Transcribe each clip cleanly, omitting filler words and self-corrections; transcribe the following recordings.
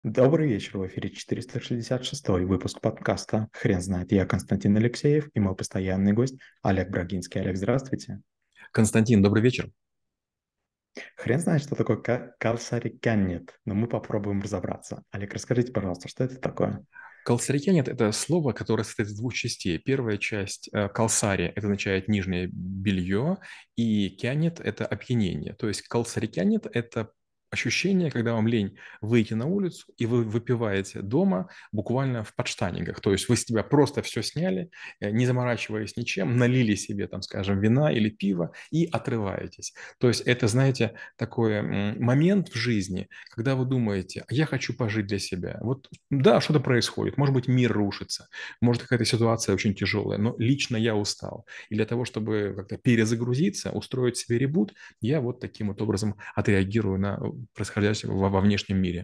Добрый вечер, в эфире 466 выпуск подкаста «Хрен знает». Я Константин Алексеев и мой постоянный гость Олег Брагинский. Олег, здравствуйте. Константин, добрый вечер. Хрен знает, что такое калсарикянет, но мы попробуем разобраться. Олег, расскажите, пожалуйста, что это такое? Калсарикянет – это слово, которое состоит из двух частей. Первая часть калсари – это означает нижнее белье, и кянет – это опьянение. То есть калсарикянет – это ощущение, когда вам лень выйти на улицу, и вы выпиваете дома буквально в подштанниках. То есть вы с себя просто все сняли, не заморачиваясь ничем, налили себе, там, скажем, вина или пива и отрываетесь. То есть это, знаете, такой момент в жизни, когда вы думаете, я хочу пожить для себя. Вот да, что-то происходит, может быть, мир рушится, может, какая-то ситуация очень тяжелая, но лично я устал. И для того, чтобы как-то перезагрузиться, устроить себе ребут, я вот таким вот образом отреагирую на происходящее во внешнем мире.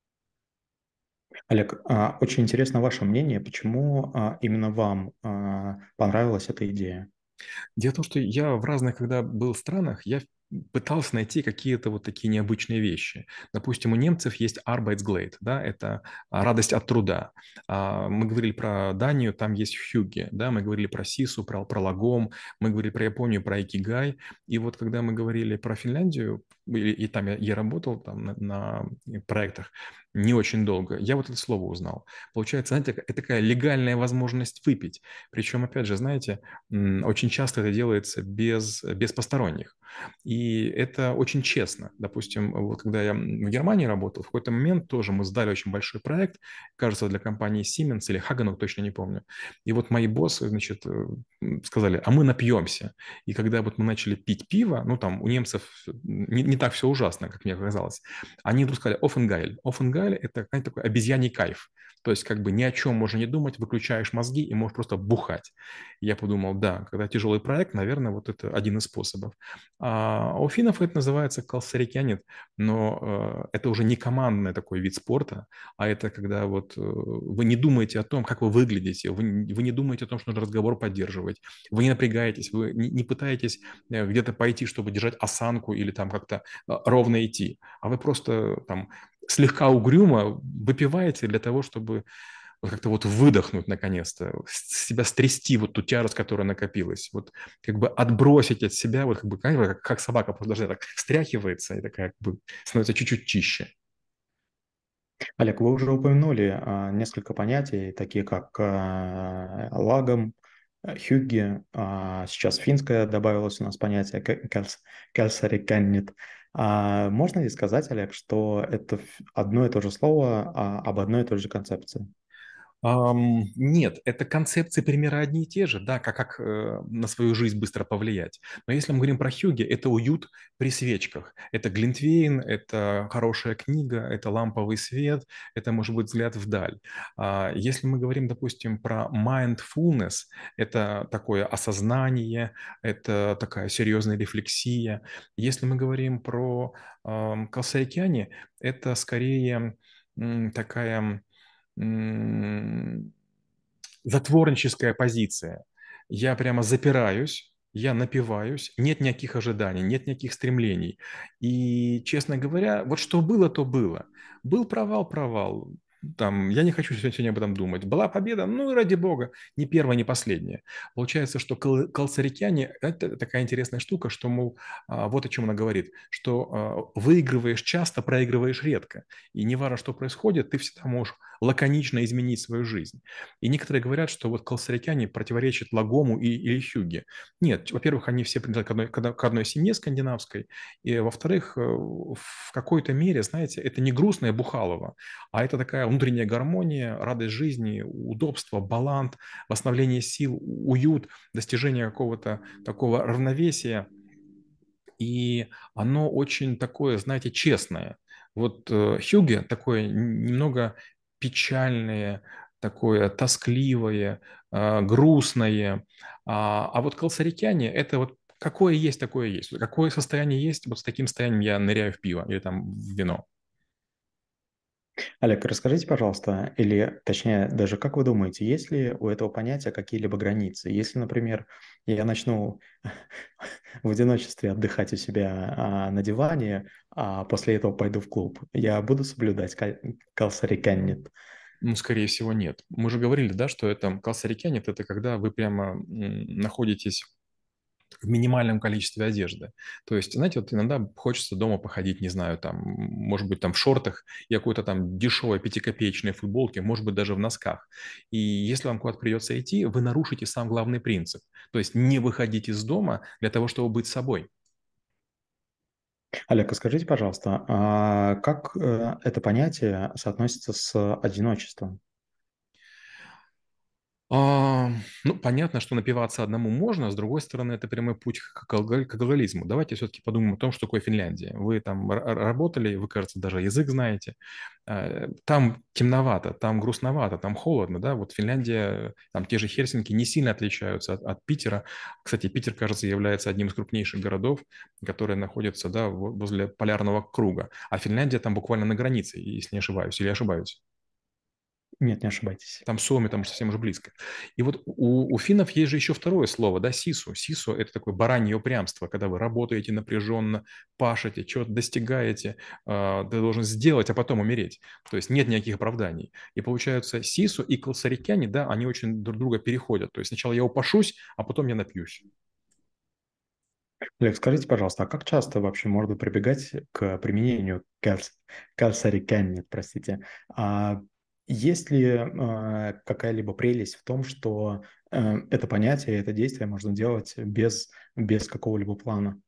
Олег, очень интересно ваше мнение, почему именно вам понравилась эта идея? Дело в том, что я в разных, когда был странах, я пытался найти какие-то вот такие необычные вещи. Допустим, у немцев есть Arbeitsglade, да, это радость от труда. Мы говорили про Данию, там есть хюгге, да, мы говорили про Сису, про лагом, мы говорили про Японию, про икигай. И вот когда мы говорили про Финляндию, и там я работал там на проектах не очень долго, я вот это слово узнал. Получается, знаете, это такая легальная возможность выпить. Причем, опять же, знаете, очень часто это делается без посторонних. И это очень честно. Допустим, вот когда я в Германии работал, в какой-то момент тоже мы сдали очень большой проект, кажется, для компании Siemens или Haganok, точно не помню. И вот мои боссы, значит, сказали, а мы напьемся. И когда вот мы начали пить пиво, ну там у немцев не так все ужасно, как мне казалось, они вдруг сказали, офенгайль. Офенгайль – это какой-то такой обезьяний кайф. То есть как бы ни о чем можно не думать, выключаешь мозги и можешь просто бухать. Я подумал, да, когда тяжелый проект, наверное, вот это один из способов. А у финнов это называется колсарикянит, но это уже не командный такой вид спорта, а это когда вот вы не думаете о том, как вы выглядите, вы не думаете о том, что нужно разговор поддерживать, вы не напрягаетесь, вы не пытаетесь где-то пойти, чтобы держать осанку или там как-то ровно идти, а вы просто там слегка угрюмо выпиваете для того, чтобы вот как-то вот выдохнуть наконец-то, с себя стрясти вот ту тяжесть, которая накопилась, вот как бы отбросить от себя, вот как бы как собака просто должна так встряхивается и такая как бы становится чуть-чуть чище. Олег, вы уже упомянули несколько понятий, такие как лагом, хюгге, сейчас финское добавилось у нас понятие кälsарикяннит. Можно ли сказать, Олег, что это одно и то же слово об одной и той же концепции? Нет, это концепции примерно одни и те же, да, как на свою жизнь быстро повлиять. Но если мы говорим про Хьюги, это уют при свечках. Это глинтвейн, это хорошая книга, это ламповый свет, это может быть взгляд вдаль. Если мы говорим, допустим, про mindfulness, это такое осознание, это такая серьезная рефлексия. Если мы говорим про Калсарикяне, это скорее такая затворническая позиция. Я прямо запираюсь, я напиваюсь, нет никаких ожиданий, нет никаких стремлений. И, честно говоря, вот что было, то было. Был провал, провал. Там, я не хочу сегодня об этом думать. Была победа, ну и ради бога, не первая, не последняя. Получается, что колцарикяне – это такая интересная штука, что, мол, вот о чем она говорит, что выигрываешь часто, проигрываешь редко. И не важно, что происходит, ты всегда можешь лаконично изменить свою жизнь. И некоторые говорят, что вот колсарикяне противоречат Лагому или Хюгге. Нет, во-первых, они все принадлежат к одной семье скандинавской, и во-вторых, в какой-то мере, знаете, это не грустное Бухалово, а это такая внутренняя гармония, радость жизни, удобство, баланс, восстановление сил, уют, достижение какого-то такого равновесия. И оно очень такое, знаете, честное. Вот Хюге такое немного печальное, такое тоскливое, грустное. А вот Калсарикяне – это вот какое есть, такое есть. Вот какое состояние есть, вот с таким состоянием я ныряю в пиво или там в вино. Олег, расскажите, пожалуйста, или точнее, даже как вы думаете, есть ли у этого понятия какие-либо границы? Если, например, я начну в одиночестве отдыхать у себя на диване, а после этого пойду в клуб, я буду соблюдать калсариканнит? Ну, скорее всего, нет. Мы же говорили, да, что это калсарикянит, это когда вы прямо находитесь в минимальном количестве одежды. То есть, знаете, вот иногда хочется дома походить, не знаю, там, может быть, там в шортах и какой-то там дешевой пятикопеечной футболке, может быть, даже в носках. И если вам куда-то придется идти, вы нарушите сам главный принцип. То есть не выходить из дома для того, чтобы быть собой. Олег, а скажите, пожалуйста, как это понятие соотносится с одиночеством? А, ну, понятно, что напиваться одному можно, с другой стороны, это прямой путь к алкоголизму. Давайте все-таки подумаем о том, что такое Финляндия. Вы там работали, вы, кажется, даже язык знаете. Там темновато, там грустновато, там холодно, да, вот Финляндия, там те же Хельсинки не сильно отличаются от Питера. Кстати, Питер, кажется, является одним из крупнейших городов, которые находятся, да, возле полярного круга, а Финляндия там буквально на границе, если не ошибаюсь, или ошибаюсь. Нет, не ошибайтесь. Там Суоми, там совсем уже близко. И вот у финнов есть же еще второе слово, да, сису. Сису– это такое баранье упрямство, когда вы работаете напряженно, пашете, чего-то достигаете, ты должен сделать, а потом умереть. То есть нет никаких оправданий. И получается, сису и колсарикяне, да, они очень друг друга переходят. То есть сначала я упашусь, а потом я напьюсь. Олег, скажите, пожалуйста, а как часто вообще можно прибегать к применению калсариканнит, простите? Есть ли какая-либо прелесть в том, что это понятие, это действие можно делать без какого-либо плана?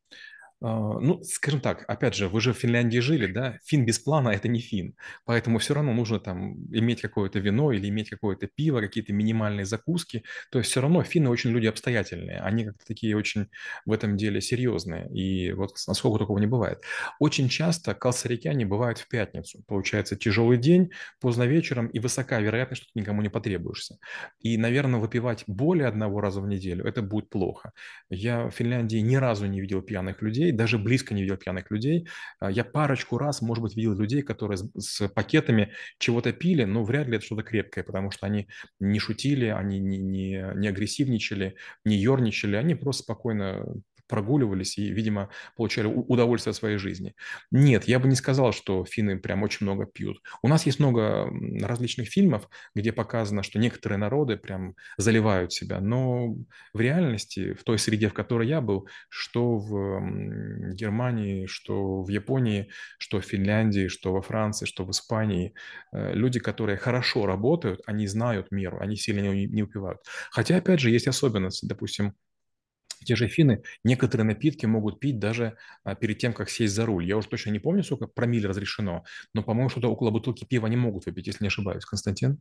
Ну, скажем так, опять же, вы же в Финляндии жили, да? Фин без плана– это не фин. Поэтому все равно нужно там иметь какое-то вино или иметь какое-то пиво, какие-то минимальные закуски. То есть все равно финны очень люди обстоятельные. Они как-то такие очень в этом деле серьезные. И вот насколько такого не бывает. Очень часто калсарикяне бывают в пятницу. Получается тяжелый день, поздно вечером и высока вероятность, что ты никому не потребуешься. И, наверное, выпивать более одного раза в неделю– это будет плохо. Я в Финляндии ни разу не видел пьяных людей, даже близко не видел пьяных людей. Я парочку раз, может быть, видел людей, которые с пакетами чего-то пили, но вряд ли это что-то крепкое, потому что они не шутили, они не агрессивничали, не ерничали, они просто спокойно прогуливались и, видимо, получали удовольствие от своей жизни. Нет, я бы не сказал, что финны прям очень много пьют. У нас есть много различных фильмов, где показано, что некоторые народы прям заливают себя, но в реальности, в той среде, в которой я был, что в Германии, что в Японии, что в Финляндии, что во Франции, что в Испании, люди, которые хорошо работают, они знают меру, они сильно не упивают. Хотя, опять же, есть особенности. Допустим, те же финны некоторые напитки могут пить даже перед тем, как сесть за руль. Я уже точно не помню, сколько промилле разрешено, но, по-моему, что-то около бутылки пива они могут выпить, если не ошибаюсь. Константин?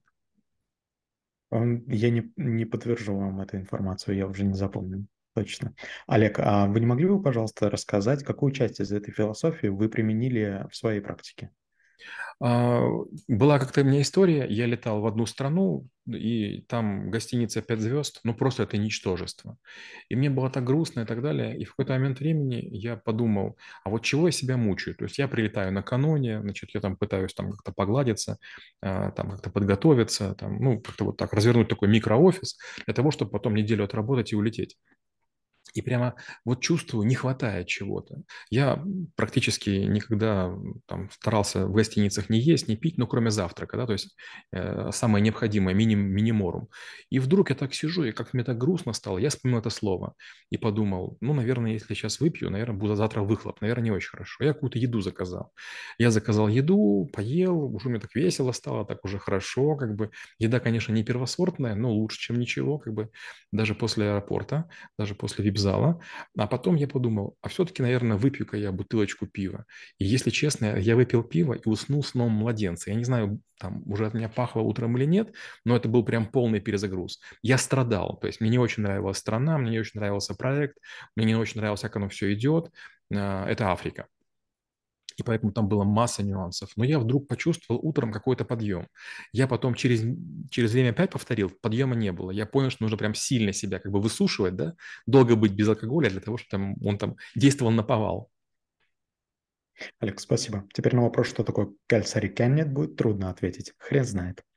Я не подтвержу вам эту информацию, я уже не запомню точно. Олег, а вы не могли бы, пожалуйста, рассказать, какую часть из этой философии вы применили в своей практике? А, Была как-то у меня история, я летал в одну страну, и там гостиница 5 звезд, ну просто это ничтожество. И мне было так грустно и так далее. И в какой-то момент времени я подумал, а вот чего я себя мучаю? То есть я прилетаю накануне, значит, я там пытаюсь там как-то погладиться, там как-то подготовиться, там, ну, как-то вот так развернуть такой микроофис для того, чтобы потом неделю отработать и улететь. И прямо вот чувствую, не хватает чего-то. Я практически никогда там старался в гостиницах не есть, не пить, ну, кроме завтрака, да, то есть самое необходимое, миниморум. И вдруг я так сижу, и как мне так грустно стало, я вспомнил это слово и подумал, ну, наверное, если я сейчас выпью, наверное, будет завтра выхлоп, наверное, не очень хорошо. Я какую-то еду заказал. Я заказал еду, поел, уже мне так весело стало, так уже хорошо, как бы. Еда, конечно, не первосортная, но лучше, чем ничего, как бы, даже после аэропорта, даже после вип-зала. А потом я подумал, а все-таки, наверное, выпью-ка я бутылочку пива. И если честно, я выпил пиво и уснул сном младенца. Я не знаю, там уже от меня пахло утром или нет, но это был прям полный перезагруз. Я страдал, то есть мне не очень нравилась страна, мне не очень нравился проект, мне не очень нравилось, как оно все идет. Это Африка. И поэтому там была масса нюансов. Но я вдруг почувствовал утром какой-то подъем. Я потом через время опять повторил, подъема не было. Я понял, что нужно прям сильно себя как бы высушивать, да, долго быть без алкоголя для того, чтобы там, он там действовал на повал. Олег, спасибо. Теперь на вопрос, что такое кальцарикеннет, будет трудно ответить. Хрен знает.